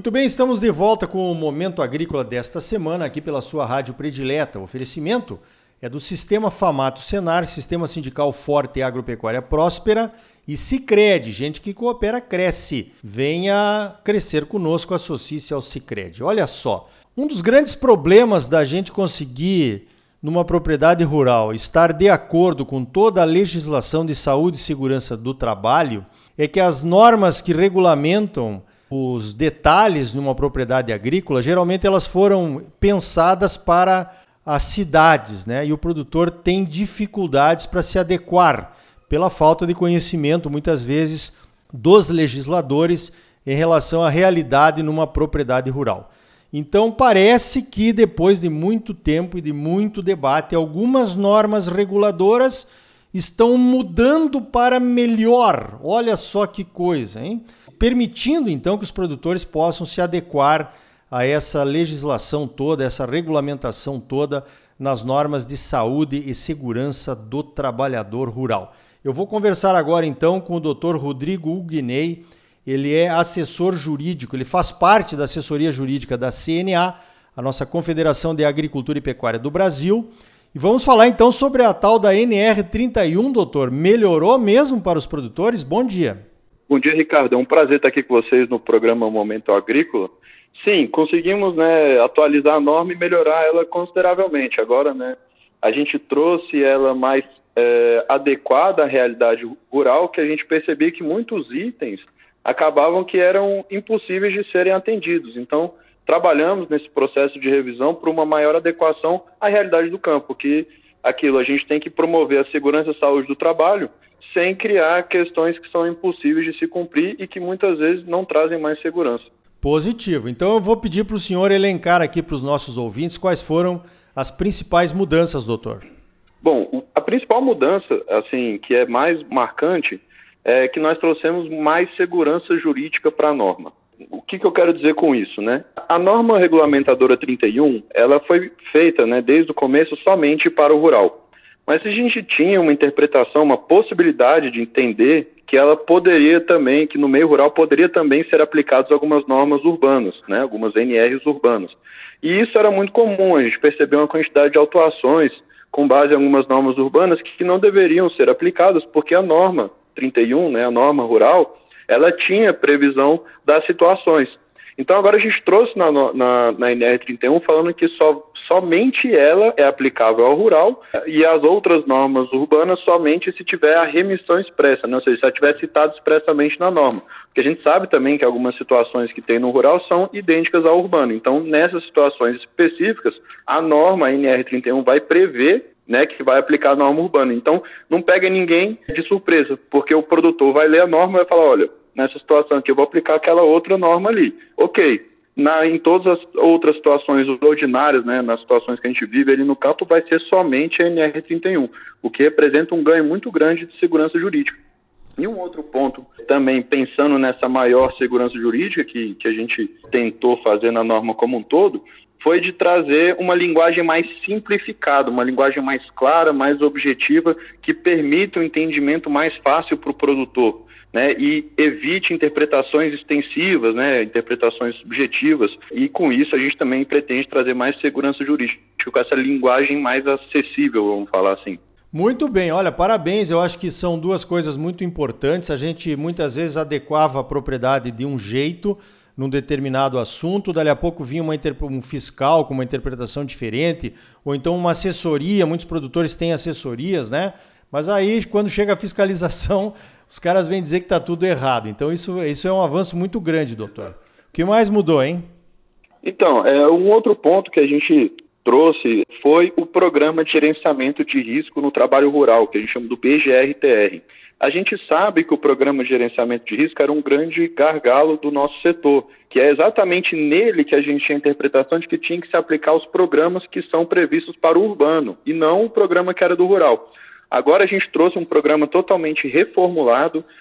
Muito bem, estamos de volta com o Momento Agrícola desta semana aqui pela sua rádio predileta. O oferecimento é do Sistema Famato Senar, Sistema Sindical Forte e Agropecuária Próspera e Sicredi, gente que coopera cresce. Venha crescer conosco, associe-se ao Sicredi. Olha só, um dos grandes problemas da gente conseguir numa propriedade rural estar de acordo com toda a legislação de saúde e segurança do trabalho é que as normas que regulamentam os detalhes numa propriedade agrícola, geralmente elas foram pensadas para as cidades, né? E o produtor tem dificuldades para se adequar pela falta de conhecimento, muitas vezes, dos legisladores em relação à realidade numa propriedade rural. Então, parece que depois de muito tempo e de muito debate, algumas normas reguladoras estão mudando para melhor. Olha só que coisa, hein? Permitindo, então, que os produtores possam se adequar a essa legislação toda, essa regulamentação toda nas normas de saúde e segurança do trabalhador rural. Eu vou conversar agora, então, com o Dr. Rodrigo Huguinei. Ele é assessor jurídico, ele faz parte da assessoria jurídica da CNA, a nossa Confederação de Agricultura e Pecuária do Brasil. E vamos falar então sobre a tal da NR31, doutor. Melhorou mesmo para os produtores? Bom dia. Bom dia, Ricardo. É um prazer estar aqui com vocês no programa Momento Agrícola. Sim, conseguimos, atualizar a norma e melhorar ela consideravelmente. Agora, a gente trouxe ela mais adequada à realidade rural, que a gente percebia que muitos itens acabavam que eram impossíveis de serem atendidos. Então, trabalhamos nesse processo de revisão para uma maior adequação à realidade do campo, que a gente tem que promover a segurança e a saúde do trabalho sem criar questões que são impossíveis de se cumprir e que muitas vezes não trazem mais segurança. Positivo. Então eu vou pedir para o senhor elencar aqui para os nossos ouvintes quais foram as principais mudanças, doutor. Bom, a principal mudança, que é mais marcante, é que nós trouxemos mais segurança jurídica para a norma. O que eu quero dizer com isso, A norma regulamentadora 31, ela foi feita, desde o começo somente para o rural. Mas a gente tinha uma interpretação, uma possibilidade de entender que ela poderia também, que no meio rural poderia também ser aplicadas algumas normas urbanas, algumas NRs urbanas. E isso era muito comum, a gente percebeu uma quantidade de autuações com base em algumas normas urbanas que não deveriam ser aplicadas, porque a norma 31, a norma rural, ela tinha previsão das situações. Então agora a gente trouxe na NR31 falando que somente ela é aplicável ao rural e as outras normas urbanas somente se tiver a remissão expressa, ou seja, se ela tiver citado expressamente na norma. Porque a gente sabe também que algumas situações que tem no rural são idênticas ao urbano. Então nessas situações específicas, a norma NR31 vai prever que vai aplicar a norma urbana. Então, não pega ninguém de surpresa, porque o produtor vai ler a norma e vai falar, olha, nessa situação aqui eu vou aplicar aquela outra norma ali. Ok, em todas as outras situações ordinárias, nas situações que a gente vive ali no campo, vai ser somente a NR31, o que representa um ganho muito grande de segurança jurídica. E um outro ponto, também pensando nessa maior segurança jurídica que a gente tentou fazer na norma como um todo, foi de trazer uma linguagem mais simplificada, uma linguagem mais clara, mais objetiva, que permita um entendimento mais fácil para o produtor, e evite interpretações extensivas, interpretações subjetivas, e com isso a gente também pretende trazer mais segurança jurídica, com essa linguagem mais acessível, vamos falar assim. Muito bem, olha, parabéns, eu acho que são duas coisas muito importantes. A gente muitas vezes adequava a propriedade de um jeito num determinado assunto, dali a pouco vinha um fiscal com uma interpretação diferente, ou então uma assessoria, muitos produtores têm assessorias, Mas aí, quando chega a fiscalização, os caras vêm dizer que está tudo errado. Então, isso é um avanço muito grande, doutor. O que mais mudou, hein? Então, um outro ponto que a gente trouxe foi o Programa de Gerenciamento de Risco no Trabalho Rural, que a gente chama do PGR-TR. A gente sabe que o Programa de Gerenciamento de Risco era um grande gargalo do nosso setor, que é exatamente nele que a gente tinha a interpretação de que tinha que se aplicar os programas que são previstos para o urbano, e não o programa que era do rural. Agora a gente trouxe um programa totalmente reformulado,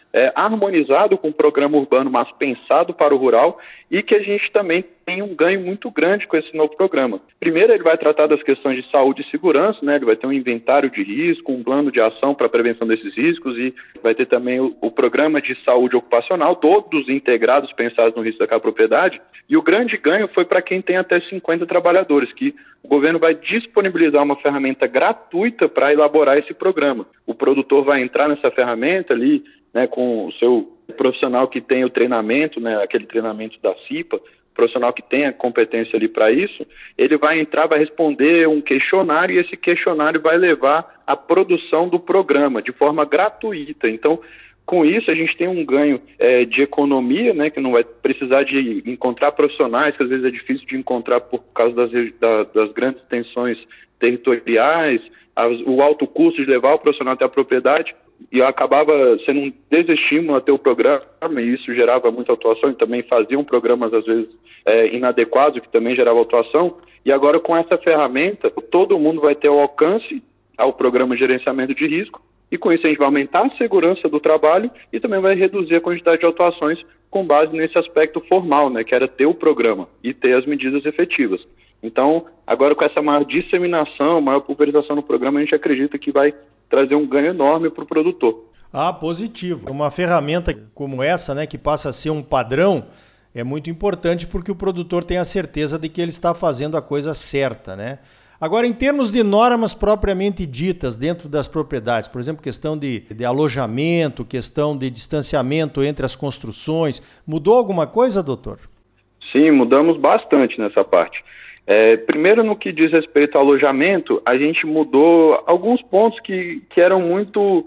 harmonizado com o programa urbano, mas pensado para o rural, e que a gente também tem um ganho muito grande com esse novo programa. Primeiro, ele vai tratar das questões de saúde e segurança, né? Ele vai ter um inventário de risco, um plano de ação para a prevenção desses riscos, e vai ter também o programa de saúde ocupacional, todos integrados, pensados no risco daquela propriedade. E o grande ganho foi para quem tem até 50 trabalhadores, que o governo vai disponibilizar uma ferramenta gratuita para elaborar esse programa. O produtor vai entrar nessa ferramenta ali, né, com o seu profissional que tem o treinamento, né, aquele treinamento da CIPA, profissional que tem a competência ali para isso, ele vai entrar, vai responder um questionário, e esse questionário vai levar à produção do programa de forma gratuita. Então, com isso, a gente tem um ganho de economia, né, que não vai precisar de encontrar profissionais, que às vezes é difícil de encontrar por causa das grandes tensões territoriais, o alto custo de levar o profissional até a propriedade, e acabava sendo um desestímulo a ter o programa, e isso gerava muita atuação, e também faziam programas, às vezes, inadequados, que também gerava atuação. E agora, com essa ferramenta, todo mundo vai ter o alcance ao programa de gerenciamento de risco, e com isso a gente vai aumentar a segurança do trabalho e também vai reduzir a quantidade de autuações com base nesse aspecto formal, né, que era ter o programa e ter as medidas efetivas. Então, agora com essa maior disseminação, maior pulverização no programa, a gente acredita que vai trazer um ganho enorme para o produtor. Positivo. Uma ferramenta como essa, né, que passa a ser um padrão, é muito importante porque o produtor tem a certeza de que ele está fazendo a coisa certa, né? Agora, em termos de normas propriamente ditas dentro das propriedades, por exemplo, questão de alojamento, questão de distanciamento entre as construções, mudou alguma coisa, doutor? Sim, mudamos bastante nessa parte. Primeiro, no que diz respeito ao alojamento, a gente mudou alguns pontos que eram muito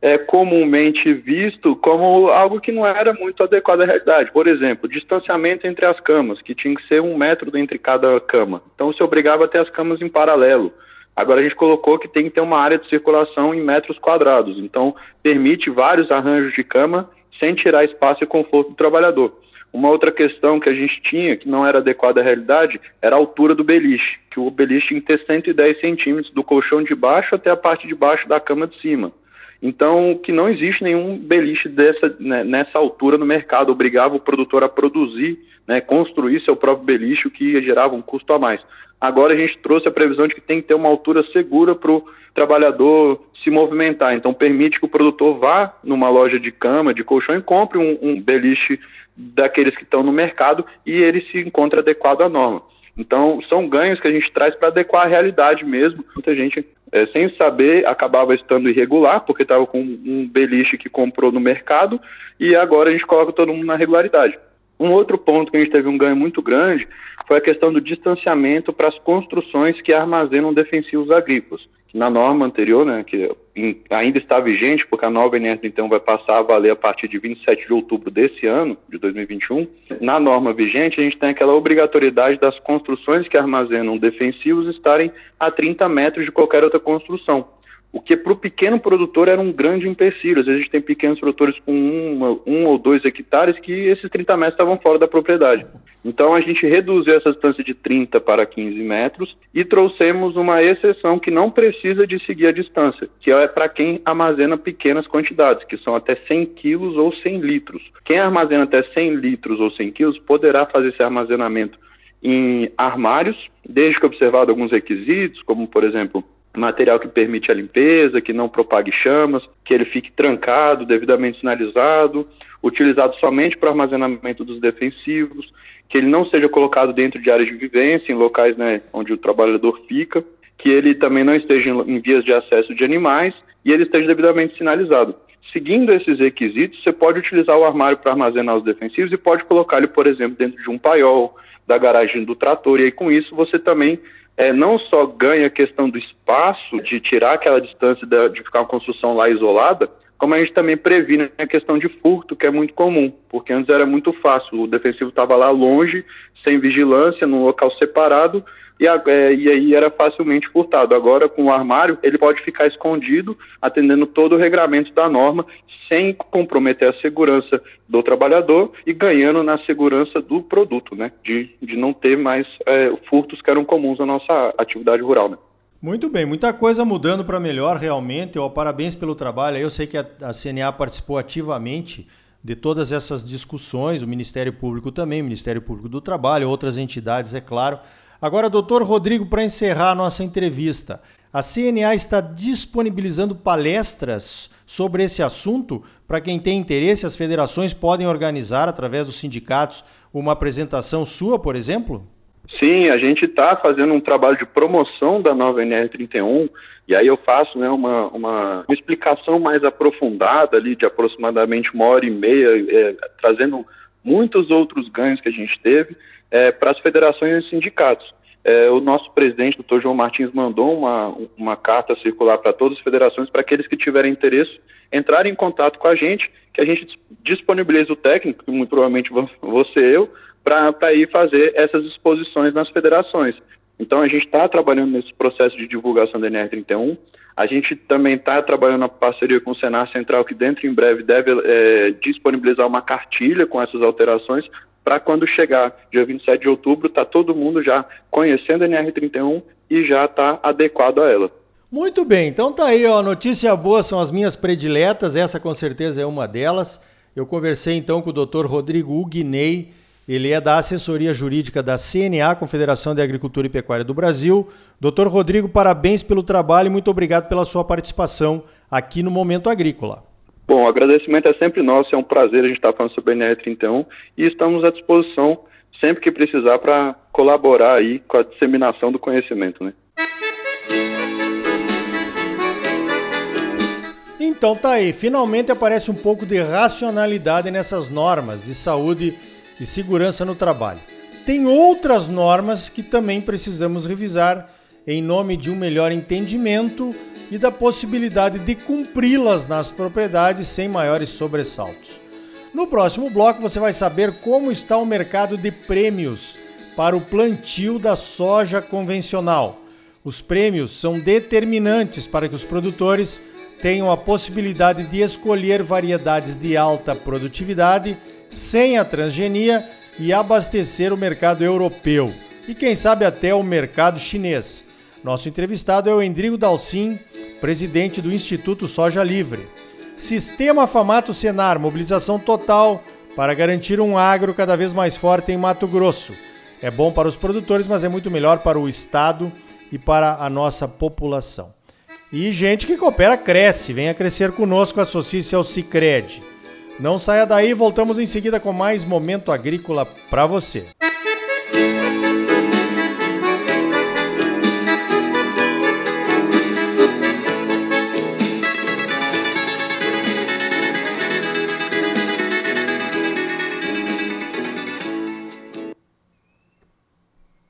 comumente visto como algo que não era muito adequado à realidade. Por exemplo, distanciamento entre as camas, que tinha que ser 1 metro entre cada cama. Então, se obrigava a ter as camas em paralelo. Agora, a gente colocou que tem que ter uma área de circulação em metros quadrados. Então, permite vários arranjos de cama sem tirar espaço e conforto do trabalhador. Uma outra questão que a gente tinha, que não era adequada à realidade, era a altura do beliche, que o beliche tinha que ter 110 centímetros do colchão de baixo até a parte de baixo da cama de cima. Então, que não existe nenhum beliche nessa altura no mercado, obrigava o produtor a produzir, né, construir seu próprio beliche, o que gerava um custo a mais. Agora a gente trouxe a previsão de que tem que ter uma altura segura para o trabalhador se movimentar. Então, permite que o produtor vá numa loja de cama, de colchão, e compre um beliche daqueles que estão no mercado e ele se encontra adequado à norma. Então, são ganhos que a gente traz para adequar a realidade mesmo. Muita gente, sem saber, acabava estando irregular, porque estava com um beliche que comprou no mercado, e agora a gente coloca todo mundo na regularidade. Um outro ponto que a gente teve um ganho muito grande foi a questão do distanciamento para as construções que armazenam defensivos agrícolas. Na norma anterior, né, que ainda está vigente, porque a nova NR então vai passar a valer a partir de 27 de outubro desse ano, de 2021, na norma vigente a gente tem aquela obrigatoriedade das construções que armazenam defensivos estarem a 30 metros de qualquer outra construção. O que para o pequeno produtor era um grande empecilho. Às vezes a gente tem pequenos produtores com 1 ou 2 hectares que esses 30 metros estavam fora da propriedade. Então a gente reduziu essa distância de 30 para 15 metros e trouxemos uma exceção que não precisa de seguir a distância, que é para quem armazena pequenas quantidades, que são até 100 quilos ou 100 litros. Quem armazena até 100 litros ou 100 quilos poderá fazer esse armazenamento em armários, desde que observado alguns requisitos, como por exemplo, material que permite a limpeza, que não propague chamas, que ele fique trancado, devidamente sinalizado, utilizado somente para armazenamento dos defensivos, que ele não seja colocado dentro de áreas de vivência, em locais, né, onde o trabalhador fica, que ele também não esteja em vias de acesso de animais e ele esteja devidamente sinalizado. Seguindo esses requisitos, você pode utilizar o armário para armazenar os defensivos e pode colocar ele, por exemplo, dentro de um paiol, da garagem do trator, e aí com isso você também não só ganha a questão do espaço, de tirar aquela distância de ficar uma construção lá isolada, como a gente também previne a questão de furto, que é muito comum, porque antes era muito fácil, o defensivo estava lá longe, sem vigilância, num local separado, e aí era facilmente furtado. Agora, com o armário, ele pode ficar escondido, atendendo todo o regramento da norma, sem comprometer a segurança do trabalhador e ganhando na segurança do produto, né? De não ter mais furtos que eram comuns na nossa atividade rural, né? Muito bem, muita coisa mudando para melhor realmente. Parabéns pelo trabalho. Eu sei que a CNA participou ativamente de todas essas discussões, o Ministério Público também, o Ministério Público do Trabalho, outras entidades, é claro. Agora, doutor Rodrigo, para encerrar a nossa entrevista, a CNA está disponibilizando palestras sobre esse assunto para quem tem interesse. As federações podem organizar, através dos sindicatos, uma apresentação sua, por exemplo? Sim, a gente está fazendo um trabalho de promoção da nova NR31, e aí eu faço, né, uma explicação mais aprofundada ali, de aproximadamente 1h30, trazendo muitos outros ganhos que a gente teve para as federações e sindicatos. O nosso presidente, Dr. João Martins, mandou uma carta circular para todas as federações, para aqueles que tiverem interesse entrarem em contato com a gente, que a gente disponibiliza o técnico, que muito provavelmente vou ser eu, para ir fazer essas exposições nas federações. Então a gente está trabalhando nesse processo de divulgação da NR31, a gente também está trabalhando na parceria com o Senar Central, que dentro em breve deve disponibilizar uma cartilha com essas alterações, para quando chegar dia 27 de outubro, está todo mundo já conhecendo a NR31 e já está adequado a ela. Muito bem, então tá aí, ó, notícia boa, são as minhas prediletas, essa com certeza é uma delas. Eu conversei então com o Dr. Rodrigo Uguinei, ele é da assessoria jurídica da CNA, Confederação de Agricultura e Pecuária do Brasil. Dr. Rodrigo, parabéns pelo trabalho e muito obrigado pela sua participação aqui no Momento Agrícola. Bom, o agradecimento é sempre nosso, é um prazer a gente estar falando sobre a NR31 e estamos à disposição sempre que precisar para colaborar aí com a disseminação do conhecimento, né? Então tá aí, finalmente aparece um pouco de racionalidade nessas normas de saúde e segurança no trabalho. Tem outras normas que também precisamos revisar em nome de um melhor entendimento e da possibilidade de cumpri-las nas propriedades sem maiores sobressaltos. No próximo bloco você vai saber como está o mercado de prêmios para o plantio da soja convencional. Os prêmios são determinantes para que os produtores tenham a possibilidade de escolher variedades de alta produtividade sem a transgenia e abastecer o mercado europeu e quem sabe até o mercado chinês. Nosso entrevistado é o Endrigo Dalcin, presidente do Instituto Soja Livre. Sistema Famato Senar, mobilização total para garantir um agro cada vez mais forte em Mato Grosso. É bom para os produtores, mas é muito melhor para o Estado e para a nossa população. E gente que coopera cresce, venha crescer conosco, associe-se ao Sicredi. Não saia daí, voltamos em seguida com mais Momento Agrícola para você.